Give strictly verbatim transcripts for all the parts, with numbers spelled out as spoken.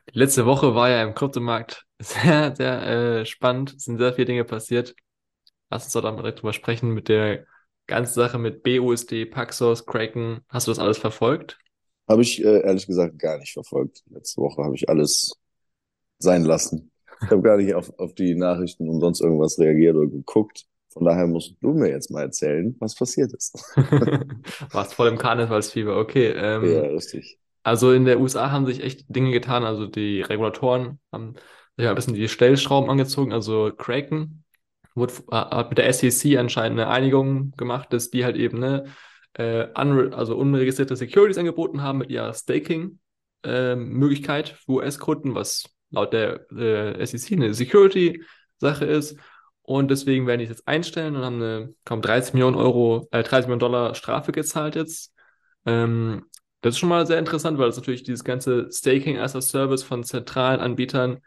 Die letzte Woche war ja im Kryptomarkt sehr, sehr äh, spannend. Es sind sehr viele Dinge passiert. Lass uns doch da mal direkt drüber sprechen mit der ganzen Sache mit B U S D, Paxos, Kraken. Hast du das alles verfolgt? Habe ich äh, ehrlich gesagt gar nicht verfolgt. Letzte Woche habe ich alles sein lassen. Ich habe gar nicht auf, auf die Nachrichten und sonst irgendwas reagiert oder geguckt. Von daher musst du mir jetzt mal erzählen, was passiert ist. Warst voll im Karnevalsfieber. Okay. Ja, Ähm, richtig. also in der U S A haben sich echt Dinge getan. Also die Regulatoren haben sich ein bisschen die Stellschrauben angezogen. Also Kraken wurde, äh, hat mit der S E C anscheinend eine Einigung gemacht, dass die halt eben ne, äh, unre also unregistrierte Securities angeboten haben mit ihrer Staking-Möglichkeit für U S-Kunden, was laut der äh, S E C eine Security-Sache ist. Und deswegen werden die es jetzt einstellen und haben eine kaum dreißig Millionen Euro, äh, dreißig Millionen Dollar Strafe gezahlt jetzt. Ähm, Das ist schon mal sehr interessant, weil das natürlich dieses ganze Staking as a Service von zentralen Anbietern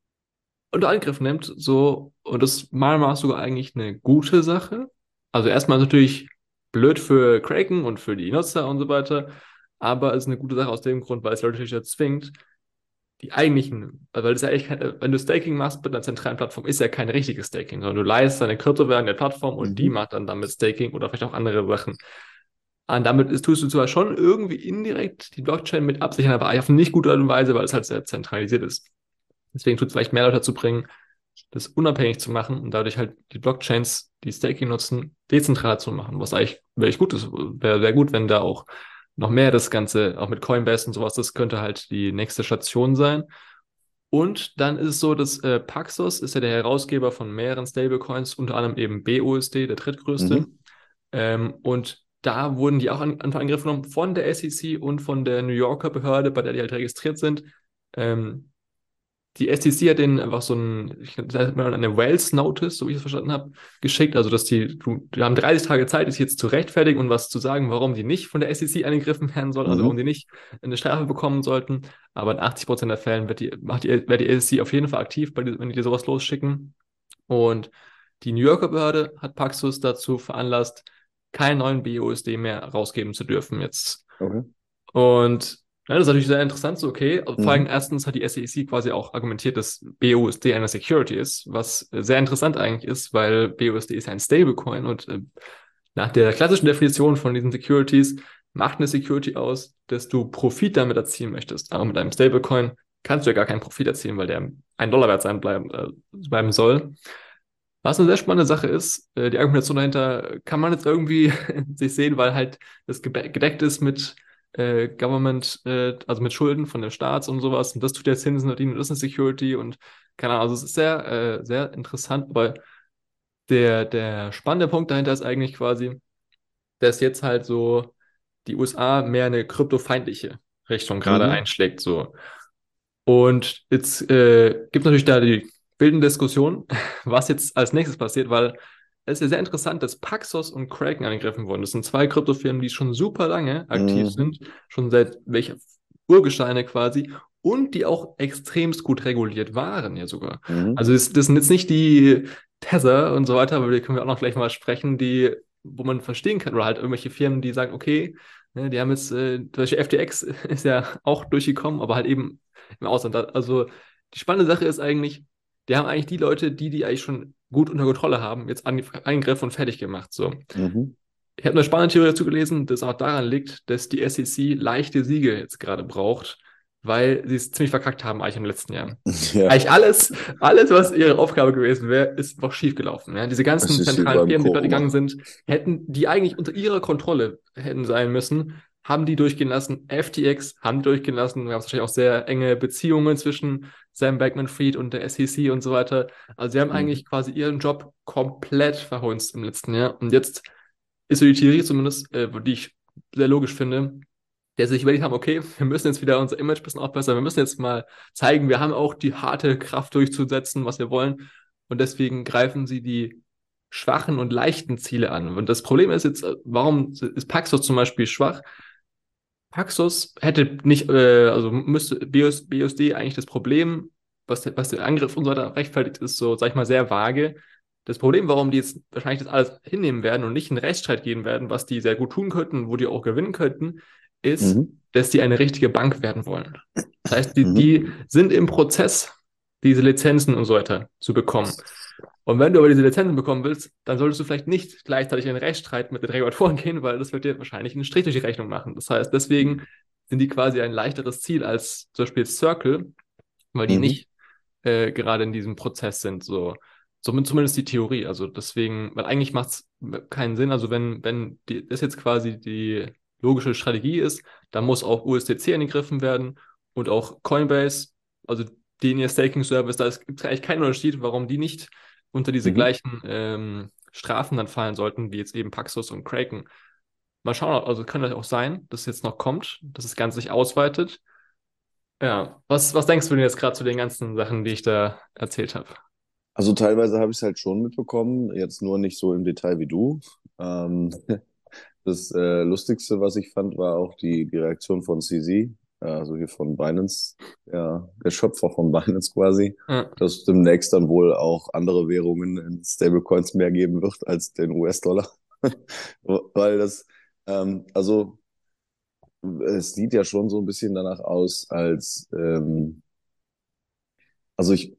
unter Angriff nimmt, so, und das ist meiner Meinung nach sogar eigentlich eine gute Sache. Also erstmal natürlich blöd für Kraken und für die Nutzer und so weiter, aber es ist eine gute Sache aus dem Grund, weil es Leute natürlich dazu zwingt, die eigentlichen, weil das ja eigentlich, kein, wenn du Staking machst mit einer zentralen Plattform, ist ja kein richtiges Staking, sondern du leihst deine Kryptowährung der Plattform und die Mhm. macht dann damit Staking oder vielleicht auch andere Sachen. Und damit ist, tust du zwar schon irgendwie indirekt die Blockchain mit absichern, aber auf eine nicht gute Art und Weise, weil es halt sehr zentralisiert ist. Deswegen tut es vielleicht mehr Leute dazu bringen, das unabhängig zu machen und dadurch halt die Blockchains, die Staking nutzen, dezentraler zu machen, was eigentlich wirklich gut ist. Wäre sehr gut, wenn da auch noch mehr das Ganze, auch mit Coinbase und sowas, das könnte halt die nächste Station sein. Und dann ist es so, dass äh, Paxos ist ja der Herausgeber von mehreren Stablecoins, unter anderem eben B U S D, der drittgrößte. Mhm. Ähm, und da wurden die auch an, an Angriff genommen von der S E C und von der New Yorker Behörde, bei der die halt registriert sind. Ähm, Die S E C hat denen einfach so ein, ich sag mal, eine Wells Notice, so wie ich es verstanden habe, geschickt. Also, dass die, du, die haben dreißig Tage Zeit, sich jetzt zu rechtfertigen und was zu sagen, warum die nicht von der S E C angegriffen werden sollen, also warum Mhm. die nicht eine Strafe bekommen sollten. Aber in achtzig Prozent der Fällen wird die, macht die, wird die S E C auf jeden Fall aktiv, bei, die- wenn die dir sowas losschicken. Und die New Yorker Behörde hat Paxos dazu veranlasst, keinen neuen B U S D mehr rausgeben zu dürfen jetzt. Okay. Und ja, das ist natürlich sehr interessant, so okay. Also vor allem Mhm. erstens hat die S E C quasi auch argumentiert, dass B U S D eine Security ist, was sehr interessant eigentlich ist, weil B U S D ist ja ein Stablecoin und äh, nach der klassischen Definition von diesen Securities macht eine Security aus, dass du Profit damit erzielen möchtest. Aber mit einem Stablecoin kannst du ja gar keinen Profit erzielen, weil der ein Dollar wert sein bleiben, äh, bleiben soll. Was eine sehr spannende Sache ist, äh, die Argumentation dahinter kann man jetzt irgendwie sich sehen, weil halt das gebe- gedeckt ist mit äh, Government, äh, also mit Schulden von den Staats und sowas. Und das tut ja Zinsen verdienen und das ist eine Security und keine Ahnung. Also es ist sehr, äh, sehr interessant, aber der, der spannende Punkt dahinter ist eigentlich quasi, dass jetzt halt so die U S A mehr eine kryptofeindliche Richtung gerade Mhm. einschlägt, so. Und jetzt äh, gibt es natürlich da die wilden Diskussionen, was jetzt als nächstes passiert, weil es ist ja sehr interessant, dass Paxos und Kraken angegriffen wurden. Das sind zwei Kryptofirmen, die schon super lange aktiv Mhm. sind, schon seit welcher Urgesteine quasi, und die auch extremst gut reguliert waren, ja sogar. Mhm. Also das, das sind jetzt nicht die Tether und so weiter, aber die können wir auch noch gleich mal sprechen, die, wo man verstehen kann, oder halt irgendwelche Firmen, die sagen, okay, ne, die haben jetzt, äh, zum Beispiel F T X ist ja auch durchgekommen, aber halt eben im Ausland. Also die spannende Sache ist eigentlich, die haben eigentlich die Leute, die die eigentlich schon gut unter Kontrolle haben, jetzt angegriffen und fertig gemacht. So. Mhm. Ich habe eine spannende Theorie dazu gelesen, dass auch daran liegt, dass die S E C leichte Siege jetzt gerade braucht, weil sie es ziemlich verkackt haben eigentlich in den letzten Jahren. Ja, Eigentlich alles, alles, was ihre Aufgabe gewesen wäre, ist einfach schief gelaufen. Ja? Diese es ganzen ist wie zentralen beim Firmen, die dort gegangen Kurkuma. sind, hätten, die eigentlich unter ihrer Kontrolle hätten sein müssen, haben die durchgehen lassen. F T X haben die durchgehen lassen. Wir haben wahrscheinlich auch sehr enge Beziehungen zwischen Sam Bankman-Fried und der S E C und so weiter. Also sie haben Mhm. eigentlich quasi ihren Job komplett verhunzt im letzten Jahr. Und jetzt ist so die Theorie zumindest, äh, die ich sehr logisch finde, der sich überlegt haben, okay, wir müssen jetzt wieder unser Image ein bisschen aufbessern, wir müssen jetzt mal zeigen, wir haben auch die harte Kraft durchzusetzen, was wir wollen. Und deswegen greifen sie die schwachen und leichten Ziele an. Und das Problem ist jetzt, äh, warum ist Paxos zum Beispiel schwach? Paxos hätte nicht, äh, also müsste B U S D eigentlich das Problem, was, der- was der Angriff und so weiter rechtfertigt, ist so, sag ich mal, sehr vage. Das Problem, warum die jetzt wahrscheinlich das alles hinnehmen werden und nicht in Rechtsstreit gehen werden, was die sehr gut tun könnten, wo die auch gewinnen könnten, ist, Mhm. dass die eine richtige Bank werden wollen. Das heißt, die, Mhm. die sind im Prozess, diese Lizenzen und so weiter zu bekommen. Und wenn du aber diese Lizenzen bekommen willst, dann solltest du vielleicht nicht gleichzeitig in einen Rechtsstreit mit den Regulatoren gehen, weil das wird dir wahrscheinlich einen Strich durch die Rechnung machen. Das heißt, deswegen sind die quasi ein leichteres Ziel als zum Beispiel Circle, weil die Mhm. nicht äh, gerade in diesem Prozess sind. So, so zumindest die Theorie. Also deswegen, weil eigentlich macht es keinen Sinn. Also wenn, wenn die, das jetzt quasi die logische Strategie ist, dann muss auch U S D C angegriffen werden und auch Coinbase, also die in ihr Staking-Service, da gibt es eigentlich keinen Unterschied, warum die nicht unter diese Mhm. gleichen ähm, Strafen dann fallen sollten, wie jetzt eben Paxos und Kraken. Mal schauen, also kann das auch sein, dass es jetzt noch kommt, dass das Ganze sich ausweitet. Ja, was, was denkst du denn jetzt gerade zu den ganzen Sachen, die ich da erzählt habe? Also teilweise habe ich es halt schon mitbekommen, jetzt nur nicht so im Detail wie du. Ähm, das äh, Lustigste, was ich fand, war auch die, die Reaktion von C Z, äh, also hier von Binance, ja, der Schöpfer von Binance quasi, Ja. dass es demnächst dann wohl auch andere Währungen in Stablecoins mehr geben wird als den U S-Dollar. Weil das, ähm, also es sieht ja schon so ein bisschen danach aus, als, ähm, also ich,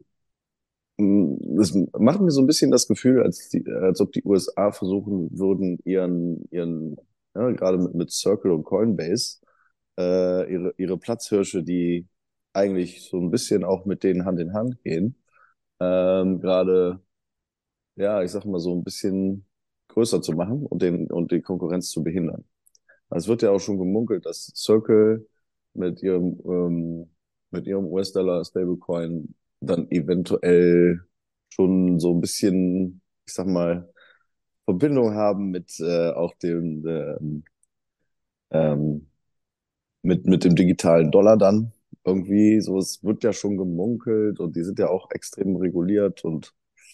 es macht mir so ein bisschen das Gefühl, als, die, als ob die U S A versuchen würden, ihren, ihren, ja, gerade mit, mit Circle und Coinbase, äh, ihre, ihre Platzhirsche, die eigentlich so ein bisschen auch mit denen Hand in Hand gehen, ähm, gerade, ja, ich sag mal so ein bisschen größer zu machen und den, und die Konkurrenz zu behindern. Also es wird ja auch schon gemunkelt, dass Circle mit ihrem, ähm, mit ihrem U S-Dollar Stablecoin dann eventuell schon so ein bisschen, ich sag mal, Verbindung haben mit äh, auch dem ähm, ähm, mit mit dem digitalen Dollar dann irgendwie. So, es wird ja schon gemunkelt und die sind ja auch extrem reguliert und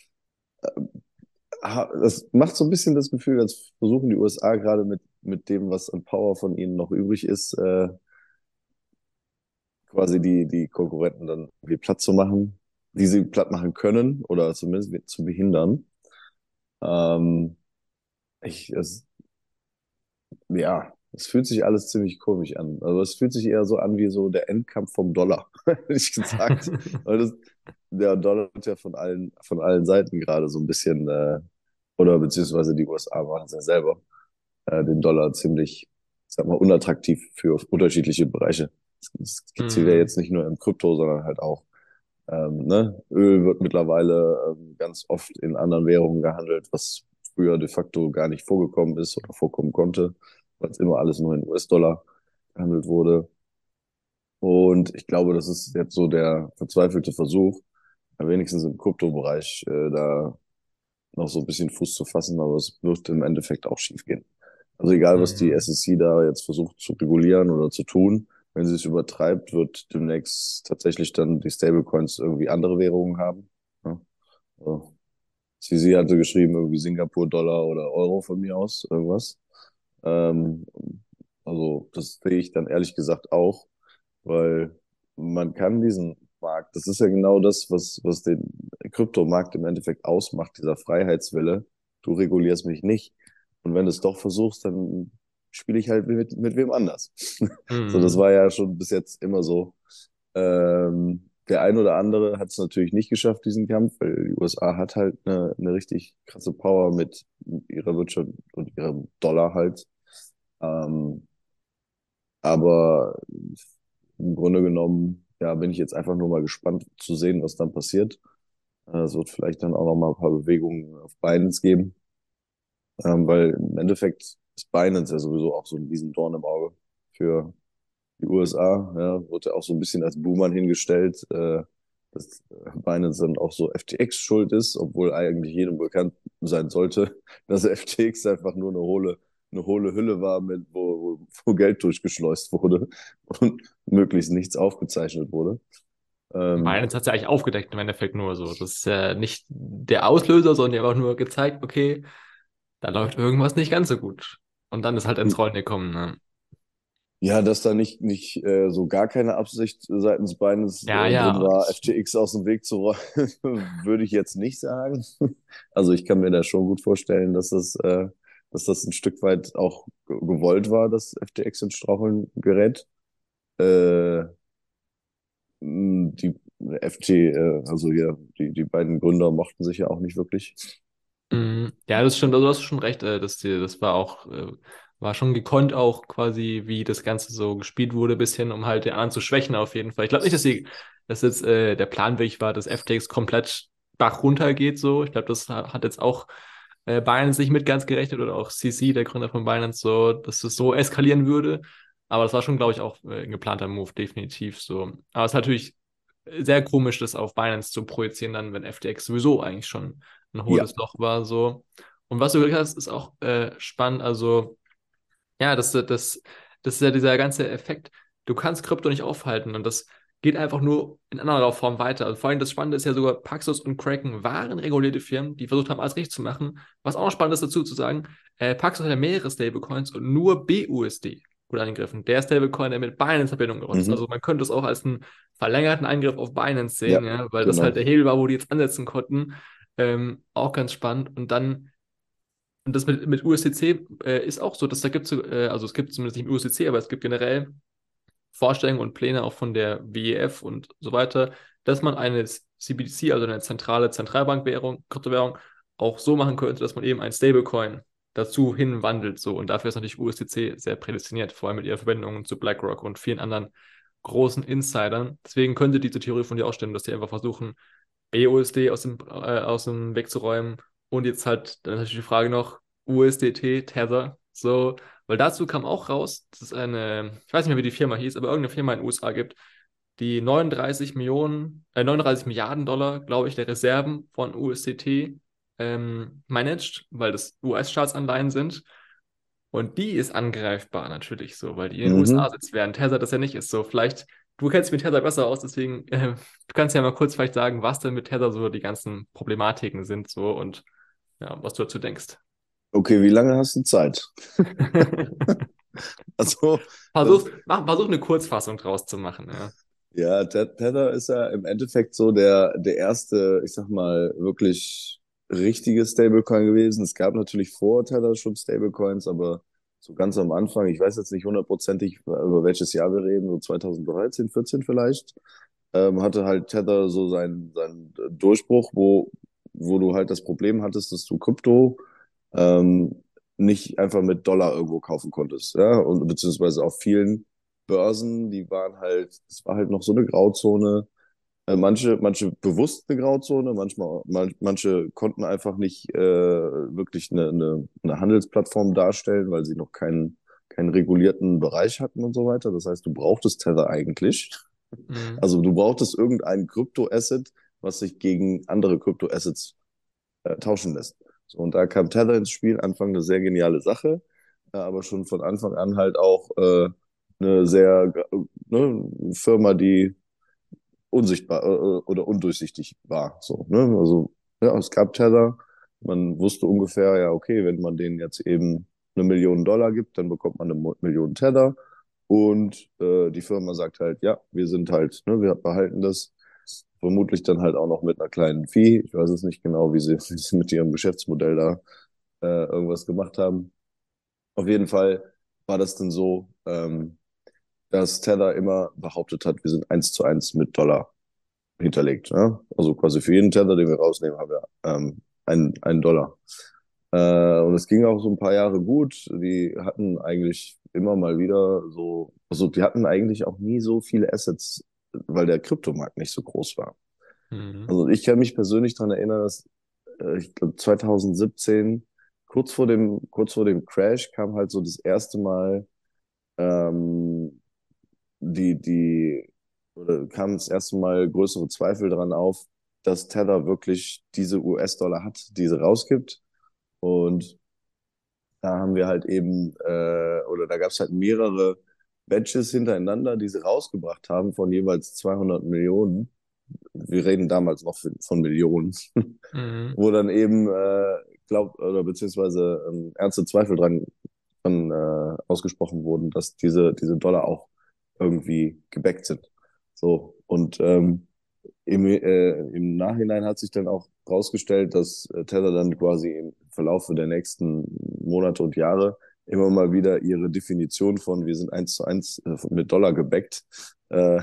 ha- das macht so ein bisschen das Gefühl, als versuchen die U S A gerade mit mit dem, was an Power von ihnen noch übrig ist, äh, quasi die, die Konkurrenten dann irgendwie platt zu machen, die sie platt machen können oder zumindest zu behindern. Ähm, ich, es, ja, es fühlt sich alles ziemlich komisch an. Also es fühlt sich eher so an wie so der Endkampf vom Dollar, hätte ich gesagt. Weil das, der Dollar wird ja von allen, von allen Seiten gerade so ein bisschen, äh, oder beziehungsweise die U S A machen es ja selber, äh, den Dollar ziemlich, ich sag mal, unattraktiv für unterschiedliche Bereiche. Das gibt es ja Mhm. jetzt nicht nur im Krypto, sondern halt auch Ähm, ne? Öl wird mittlerweile ähm, ganz oft in anderen Währungen gehandelt, was früher de facto gar nicht vorgekommen ist oder vorkommen konnte, weil es immer alles nur in U S-Dollar gehandelt wurde. Und ich glaube, das ist jetzt so der verzweifelte Versuch, wenigstens im Kryptobereich, äh, da noch so ein bisschen Fuß zu fassen, aber es wird im Endeffekt auch schief gehen. Also egal, was die Mhm. S E C da jetzt versucht zu regulieren oder zu tun, wenn sie es übertreibt, wird demnächst tatsächlich dann die Stablecoins irgendwie andere Währungen haben. Ja. Also, C C hatte geschrieben, irgendwie Singapur, Dollar oder Euro von mir aus, irgendwas. Ähm, also das sehe ich dann ehrlich gesagt auch, weil man kann diesen Markt, das ist ja genau das, was, was den Kryptomarkt im Endeffekt ausmacht, dieser Freiheitswille. Du regulierst mich nicht. Und wenn du es doch versuchst, dann spiele ich halt mit, mit wem anders. So, das Mhm. war ja schon bis jetzt immer so. Ähm, der ein oder andere hat es natürlich nicht geschafft, diesen Kampf, weil die U S A hat halt eine, eine richtig krasse Power mit ihrer Wirtschaft und ihrem Dollar halt. Ähm, aber im Grunde genommen, ja, bin ich jetzt einfach nur mal gespannt zu sehen, was dann passiert. Äh, Es wird vielleicht dann auch noch mal ein paar Bewegungen auf Binance geben, ähm, weil im Endeffekt ist Binance ja sowieso auch so ein Riesendorn im Auge für die U S A. Ja, wurde ja auch so ein bisschen als Buhmann hingestellt, äh, dass Binance dann auch so F T X schuld ist, obwohl eigentlich jedem bekannt sein sollte, dass F T X einfach nur eine hohle, eine hohle Hülle war, mit, wo, wo, wo Geld durchgeschleust wurde und möglichst nichts aufgezeichnet wurde. Ähm, Binance hat es ja eigentlich aufgedeckt im Endeffekt nur so. Das ist ja nicht der Auslöser, sondern einfach nur gezeigt, okay, da läuft irgendwas nicht ganz so gut. Und dann ist halt ins Rollen gekommen. Ne? ja, dass da nicht, nicht äh, so gar keine Absicht seitens Binance Ja, äh, drin ja. war, Ich, F T X aus dem Weg zu räumen, würde ich jetzt nicht sagen. Also ich kann mir da schon gut vorstellen, dass das, äh, dass das ein Stück weit auch ge- gewollt war, dass F T X ins Straucheln gerät. Äh, mh, die F T, äh, also ja, die, die beiden Gründer mochten sich ja auch nicht wirklich. Mhm. Ja, das stimmt, also du hast schon recht, äh, dass die, das war auch, äh, war schon gekonnt auch quasi, wie das Ganze so gespielt wurde, bisschen, um halt den anderen zu schwächen auf jeden Fall. Ich glaube nicht, dass sie, dass jetzt äh, der Plan wirklich war, dass F T X komplett Bach runtergeht, so. Ich glaube, das ha- hat jetzt auch äh, Binance nicht mit ganz gerechnet oder auch C C, der Gründer von Binance, so, dass es so eskalieren würde. Aber das war schon, glaube ich, auch äh, ein geplanter Move, definitiv so. Aber es ist natürlich sehr komisch, das auf Binance zu projizieren, dann, wenn F T X sowieso eigentlich schon ein Ja, hohles Loch war, so. Und was du gesagt hast, ist auch äh, spannend. Also, ja, das, das, das ist ja dieser ganze Effekt. Du kannst Krypto nicht aufhalten und das geht einfach nur in anderer Form weiter. Also vor allem das Spannende ist ja sogar, Paxos und Kraken waren regulierte Firmen, die versucht haben, alles richtig zu machen. Was auch noch spannend ist dazu zu sagen, äh, Paxos hat ja mehrere Stablecoins und nur B U S D wurde angegriffen. Der Stablecoin, der mit Binance in Verbindung gebracht ist. mhm. Also man könnte es auch als einen verlängerten Angriff auf Binance Ja, sehen, ja, weil das halt genau. der Hebel war, wo die jetzt ansetzen konnten. Ähm, auch ganz spannend. Und dann und das mit, mit U S D C äh, ist auch so, dass da gibt es, äh, also es gibt zumindest nicht im U S D C, aber es gibt generell Vorstellungen und Pläne auch von der W E F und so weiter, dass man eine C B D C, also eine zentrale Zentralbankwährung, Kryptowährung, auch so machen könnte, dass man eben ein Stablecoin dazu hinwandelt. So. Und dafür ist natürlich U S D C sehr prädestiniert, vor allem mit ihren Verbindungen zu BlackRock und vielen anderen großen Insidern. Deswegen könnte diese Theorie von dir auch stimmen, dass die einfach versuchen, B U S D aus dem, äh, aus dem Weg zu räumen. Und jetzt halt dann natürlich die Frage noch, U S D T, Tether, so, weil dazu kam auch raus, dass es eine, ich weiß nicht mehr, wie die Firma hieß, aber irgendeine Firma in den U S A gibt, die neununddreißig Millionen, äh, neununddreißig Milliarden Dollar, glaube ich, der Reserven von U S D T ähm, managt, weil das U S-Staatsanleihen sind. Und die ist angreifbar natürlich so, weil die in den U S A Mhm. sitzt, während Tether das ja nicht ist. So, vielleicht, du kennst dich mit Tether besser aus, deswegen, äh, du kannst ja mal kurz vielleicht sagen, was denn mit Tether so die ganzen Problematiken sind, so und ja, was du dazu denkst. Okay, wie lange hast du Zeit? Also, das, Versuch, mach, versuch eine Kurzfassung draus zu machen, ja. ja, Te- Tether ist ja im Endeffekt so der, der erste, ich sag mal, wirklich richtige Stablecoin gewesen. Es gab natürlich vor Tether schon Stablecoins, aber so ganz am Anfang, ich weiß jetzt nicht hundertprozentig, über welches Jahr wir reden, so zweitausenddreizehn, vierzehn vielleicht, ähm, hatte halt Tether so seinen, seinen Durchbruch, wo, wo du halt das Problem hattest, dass du Krypto ähm, nicht einfach mit Dollar irgendwo kaufen konntest, ja, und beziehungsweise auf vielen Börsen, die waren halt, es war halt noch so eine Grauzone. Äh, manche, manche bewusst eine Grauzone, manchmal, man, manche konnten einfach nicht äh, wirklich eine, eine, eine Handelsplattform darstellen, weil sie noch keinen, keinen regulierten Bereich hatten und so weiter. Das heißt, du brauchtest Tether eigentlich. Mhm. Also du brauchtest irgendein Kryptoasset, was sich gegen andere Kryptoassets äh, tauschen lässt. So, und da kam Tether ins Spiel, Anfang eine sehr geniale Sache, äh, aber schon von Anfang an halt auch äh, eine sehr, äh, ne, Firma, die unsichtbar äh, oder undurchsichtig war. So, ne? Also ja, es gab Tether, man wusste ungefähr, ja, okay, wenn man denen jetzt eben eine Million Dollar gibt, dann bekommt man eine Mo- Million Tether. Und äh, die Firma sagt halt, ja, wir sind halt, ne, wir behalten das. Vermutlich dann halt auch noch mit einer kleinen Fee. Ich weiß es nicht genau, wie sie, wie sie mit ihrem Geschäftsmodell da äh, irgendwas gemacht haben. Auf jeden Fall war das dann so, ähm, dass Tether immer behauptet hat, wir sind eins zu eins mit Dollar hinterlegt. Ja? Also quasi für jeden Tether, den wir rausnehmen, haben wir ähm, einen, einen Dollar. Äh, und es ging auch so ein paar Jahre gut. Die hatten eigentlich immer mal wieder so, also die hatten eigentlich auch nie so viele Assets, weil der Kryptomarkt nicht so groß war. Mhm. Also ich kann mich persönlich daran erinnern, dass äh, ich glaube zwanzig siebzehn, kurz vor dem, kurz vor dem Crash, kam halt so das erste Mal ähm, die, die, oder kam das erste Mal größere Zweifel daran auf, dass Tether wirklich diese U S-Dollar hat, die sie rausgibt. Und da haben wir halt eben, äh, oder da gab es halt mehrere Batches hintereinander, die sie rausgebracht haben von jeweils zweihundert Millionen. Wir reden damals noch von Millionen, Mhm. wo dann eben äh, glaubt oder beziehungsweise ähm, ernste Zweifel dran, dran äh, ausgesprochen wurden, dass diese, diese Dollar auch irgendwie gebackt sind. So, und ähm, im, äh, im Nachhinein hat sich dann auch rausgestellt, dass äh, Tether dann quasi Verlaufe der nächsten Monate und Jahre immer mal wieder ihre Definition von wir sind eins zu eins äh, mit Dollar gebackt äh,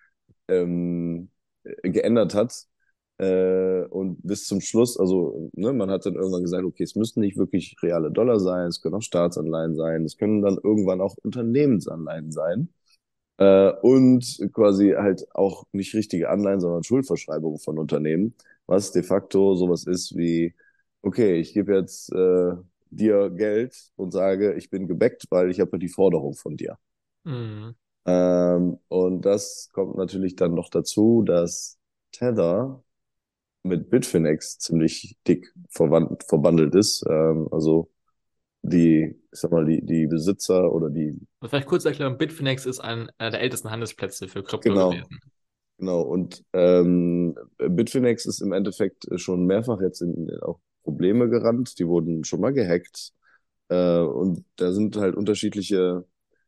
ähm, geändert hat. Äh, und bis zum Schluss, also ne, man hat dann irgendwann gesagt, okay, es müssen nicht wirklich reale Dollar sein, es können auch Staatsanleihen sein, es können dann irgendwann auch Unternehmensanleihen sein. Äh, und quasi halt auch nicht richtige Anleihen, sondern Schuldverschreibungen von Unternehmen, was de facto sowas ist wie, okay, ich gebe jetzt äh, dir Geld und sage, ich bin gebackt, weil ich habe ja die Forderung von dir. Mhm. Ähm, und das kommt natürlich dann noch dazu, dass Tether mit Bitfinex ziemlich dick verwandt, verbandelt ist. Ähm, also die, ich sag mal, die, die Besitzer oder die, Und vielleicht kurz erklären, Bitfinex ist ein, einer der ältesten Handelsplätze für Krypto genau, gewesen. genau. Und ähm, Bitfinex ist im Endeffekt schon mehrfach jetzt in auch Probleme gerannt. Die wurden schon mal gehackt. Äh, und da sind halt unterschiedliche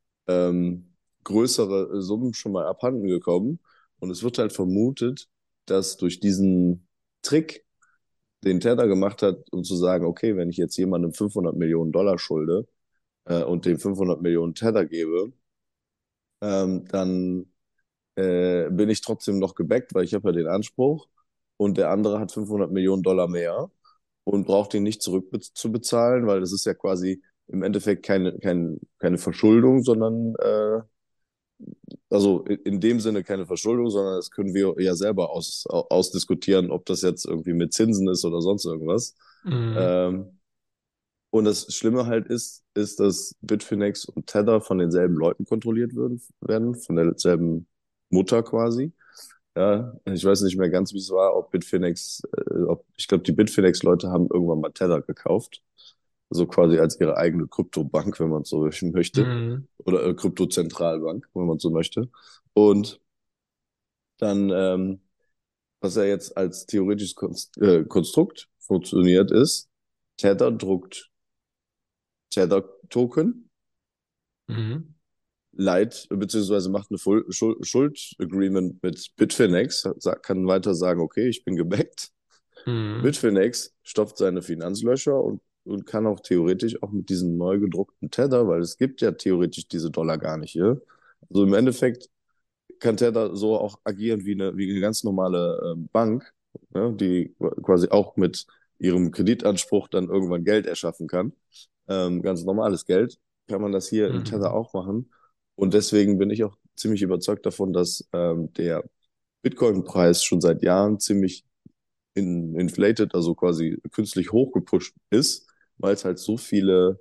ähm, größere Summen schon mal abhanden gekommen. Und es wird halt vermutet, dass durch diesen Trick, den Tether gemacht hat, um zu sagen, okay, wenn ich jetzt jemandem fünfhundert Millionen Dollar schulde äh, und dem fünfhundert Millionen Tether gebe, ähm, dann äh, bin ich trotzdem noch gebackt, weil ich habe ja den Anspruch und der andere hat fünfhundert Millionen Dollar mehr und braucht den nicht zurück zu bezahlen, weil das ist ja quasi im Endeffekt keine, keine, keine Verschuldung, sondern äh, also in, in dem Sinne keine Verschuldung, sondern das können wir ja selber aus, ausdiskutieren, ob das jetzt irgendwie mit Zinsen ist oder sonst irgendwas. Mhm. Ähm, und das Schlimme halt ist, ist, dass Bitfinex und Tether von denselben Leuten kontrolliert würden, werden, von derselben Mutter quasi. Ja, ich weiß nicht mehr ganz, wie es war, ob Bitfinex, äh, ob, ich glaube, die Bitfinex-Leute haben irgendwann mal Tether gekauft. So quasi als ihre eigene Kryptobank, wenn man es so möchte. Mhm. Oder äh, Kryptozentralbank, wenn man so möchte. Und dann, ähm, was ja jetzt als theoretisches Konst äh, Konstrukt funktioniert, ist, Tether druckt Tether-Token, Mhm. leiht, beziehungsweise macht eine Full Schuld-Agreement mit Bitfinex, sagt, kann weiter sagen, okay, ich bin gebackt. Mhm. Bitfinex stopft seine Finanzlöcher und, und kann auch theoretisch auch mit diesem neu gedruckten Tether, weil es gibt ja theoretisch diese Dollar gar nicht hier. Also im Endeffekt kann Tether so auch agieren wie eine, wie eine ganz normale ähm, Bank, ne, die quasi auch mit ihrem Kreditanspruch dann irgendwann Geld erschaffen kann. Ähm, ganz normales Geld kann man das hier in Tether Mhm. auch machen. Und deswegen bin ich auch ziemlich überzeugt davon, dass ähm, der Bitcoin-Preis schon seit Jahren ziemlich in, inflated, also quasi künstlich hochgepusht ist, weil es halt so viele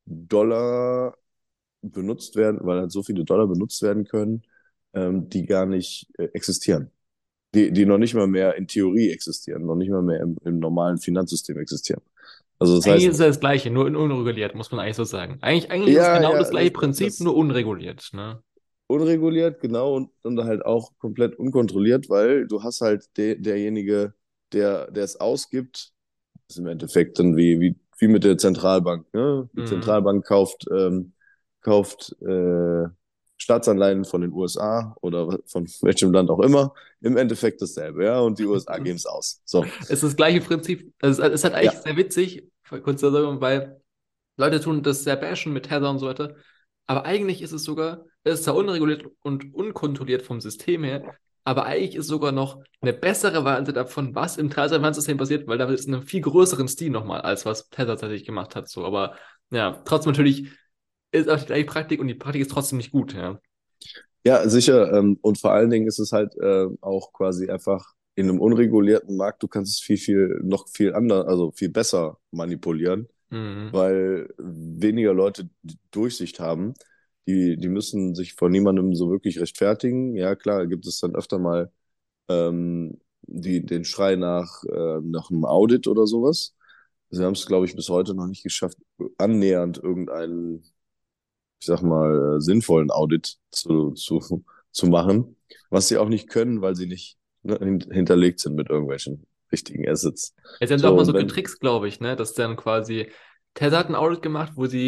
Dollar benutzt werden, weil halt so viele Dollar benutzt werden können, ähm, die gar nicht äh, existieren. Die, die noch nicht mal mehr in Theorie existieren, noch nicht mal mehr im, im normalen Finanzsystem existieren. Also das Eigentlich ist es heißt, ja das Gleiche, nur in unreguliert, muss man eigentlich so sagen. Eigentlich, eigentlich ist es ja, genau das ja, gleiche das, Prinzip, das nur unreguliert, ne? unreguliert, genau, und, und halt auch komplett unkontrolliert, weil du hast halt de, derjenige, der, der es ausgibt, ist im Endeffekt dann wie, wie, wie mit der Zentralbank. Ne? Die Mhm. Zentralbank kauft, ähm, kauft äh, Staatsanleihen von den U S A oder von welchem Land auch immer. Im Endeffekt dasselbe, ja. Und die U S A geben es aus. So. Es ist das gleiche Prinzip. Es ist, es ist halt eigentlich Ja. sehr witzig, kurz darüber, weil Leute tun das sehr bashen mit Tether und so weiter. Aber eigentlich ist es sogar, es ist zwar unreguliert und unkontrolliert vom System her, aber eigentlich ist sogar noch eine bessere Variante davon, was im Teilzeitfinanzsystem passiert, weil da ist in einem viel größeren Stil nochmal, als was Tether tatsächlich gemacht hat. So, aber ja, trotzdem natürlich ist auch die gleiche Praktik und die Praktik ist trotzdem nicht gut, ja. Ja, sicher. Ähm, und vor allen Dingen ist es halt äh, auch quasi einfach in einem unregulierten Markt, du kannst es viel, viel, noch viel anders, also viel besser manipulieren, Mhm. weil weniger Leute die Durchsicht haben. Die, die müssen sich vor niemandem so wirklich rechtfertigen. Ja, klar, gibt es dann öfter mal ähm, die, den Schrei nach, äh, nach einem Audit oder sowas. Sie haben es, glaube ich, bis heute noch nicht geschafft, annähernd irgendeinen, ich sag mal, äh, sinnvollen Audit zu, zu, zu machen, was sie auch nicht können, weil sie nicht ne, hin, hinterlegt sind mit irgendwelchen richtigen Assets. Jetzt haben sie auch So, mal und so wenn, getrickst, glaube ich, ne, dass dann quasi Tesla hat ein Audit gemacht, wo sie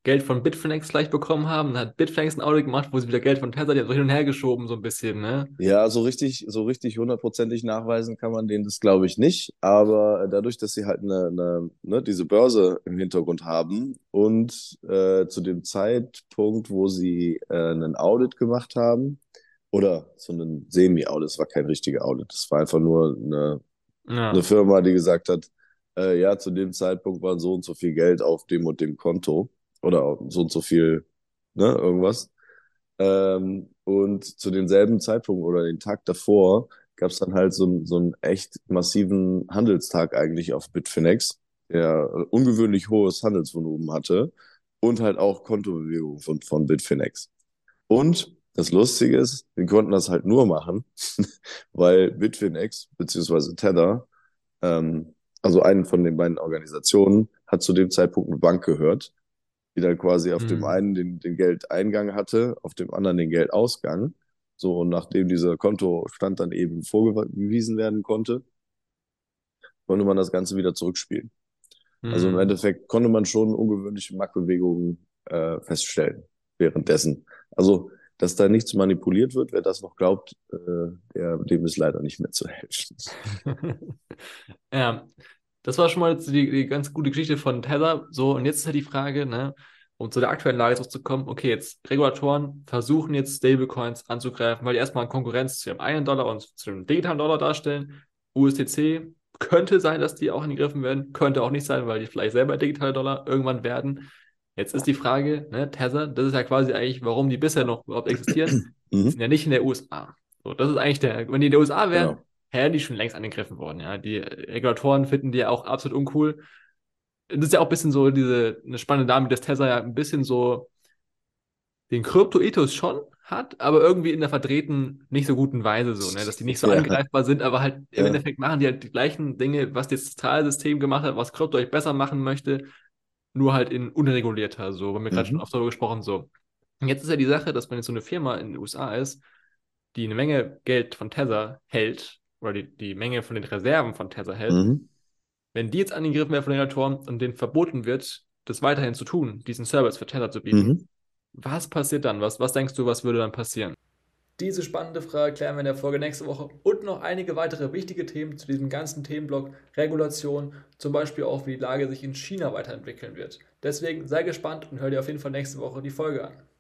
Geld von Bitfinex gleich bekommen haben. Dann hat Bitfinex ein Audit gemacht, wo sie wieder Geld von Tether, die haben so hin und her geschoben, so ein bisschen, ne? Ja, so richtig, so richtig hundertprozentig nachweisen kann man denen das, glaube ich, nicht. Aber dadurch, dass sie halt eine, eine, ne, diese Börse im Hintergrund haben und äh, zu dem Zeitpunkt, wo sie äh, einen Audit gemacht haben, oder so einen Semi-Audit, es war kein richtiger Audit, es war einfach nur eine, eine Ja. Firma, die gesagt hat, äh, ja, zu dem Zeitpunkt war so und so viel Geld auf dem und dem Konto oder so und so viel, ne, irgendwas. Ähm, und zu denselben Zeitpunkt oder den Tag davor gab es dann halt so, einen- so einen echt massiven Handelstag eigentlich auf Bitfinex, der äh, ungewöhnlich hohes Handelsvolumen hatte und halt auch Kontobewegungen von, von Bitfinex. Und das Lustige ist, wir konnten das halt nur machen, weil Bitfinex beziehungsweise Tether, ähm, also eine von den beiden Organisationen, hat zu dem Zeitpunkt eine Bank gehört, die dann quasi auf dem Hm. einen den, den Geldeingang hatte, auf dem anderen den Geldausgang. So, und nachdem dieser Kontostand dann eben vorgewiesen werden konnte, konnte man das Ganze wieder zurückspielen. Also im Hm. Endeffekt konnte man schon ungewöhnliche Marktbewegungen äh, feststellen währenddessen. Also, dass da nichts manipuliert wird, wer das noch glaubt, äh, der, dem ist leider nicht mehr zu helfen. Ja, das war schon mal jetzt die, die ganz gute Geschichte von Tether. So, und jetzt ist halt die Frage, ne, um zu der aktuellen Lage zurückzukommen, okay, jetzt Regulatoren versuchen jetzt Stablecoins anzugreifen, weil die erstmal Konkurrenz zu dem einen Dollar und zu dem digitalen Dollar darstellen. U S D C könnte sein, dass die auch angegriffen werden, könnte auch nicht sein, weil die vielleicht selber digitale Dollar irgendwann werden. Jetzt ist die Frage, ne, Tether, das ist ja quasi eigentlich, warum die bisher noch überhaupt existieren. Die sind Mhm, ja nicht in der U S A. So, das ist eigentlich der, wenn die in der U S A wären, genau. wären die schon längst angegriffen worden. Ja, die Regulatoren finden die ja auch absolut uncool. Das ist ja auch ein bisschen so diese eine spannende Dame, dass Tesla ja ein bisschen so den Krypto-Ethos schon hat, aber irgendwie in der verdrehten, nicht so guten Weise so, ne? Dass die nicht so Ja, angreifbar sind, aber halt im ja. Endeffekt machen die halt die gleichen Dinge, was das Zahlsystem gemacht hat, was Krypto euch besser machen möchte, nur halt in unregulierter, so, wir haben wir gerade schon Mhm, oft darüber gesprochen, so. Und jetzt ist ja die Sache, dass wenn jetzt so eine Firma in den U S A ist, die eine Menge Geld von Tether hält, oder die, die Menge von den Reserven von Tether hält, mhm, wenn die jetzt angegriffen werden von den Regulatoren und denen verboten wird, das weiterhin zu tun, diesen Service für Tether zu bieten, mhm. was passiert dann? Was, was denkst du, was würde dann passieren? Diese spannende Frage klären wir in der Folge nächste Woche und noch einige weitere wichtige Themen zu diesem ganzen Themenblock Regulation, zum Beispiel auch, wie die Lage sich in China weiterentwickeln wird. Deswegen sei gespannt und hör dir auf jeden Fall nächste Woche die Folge an.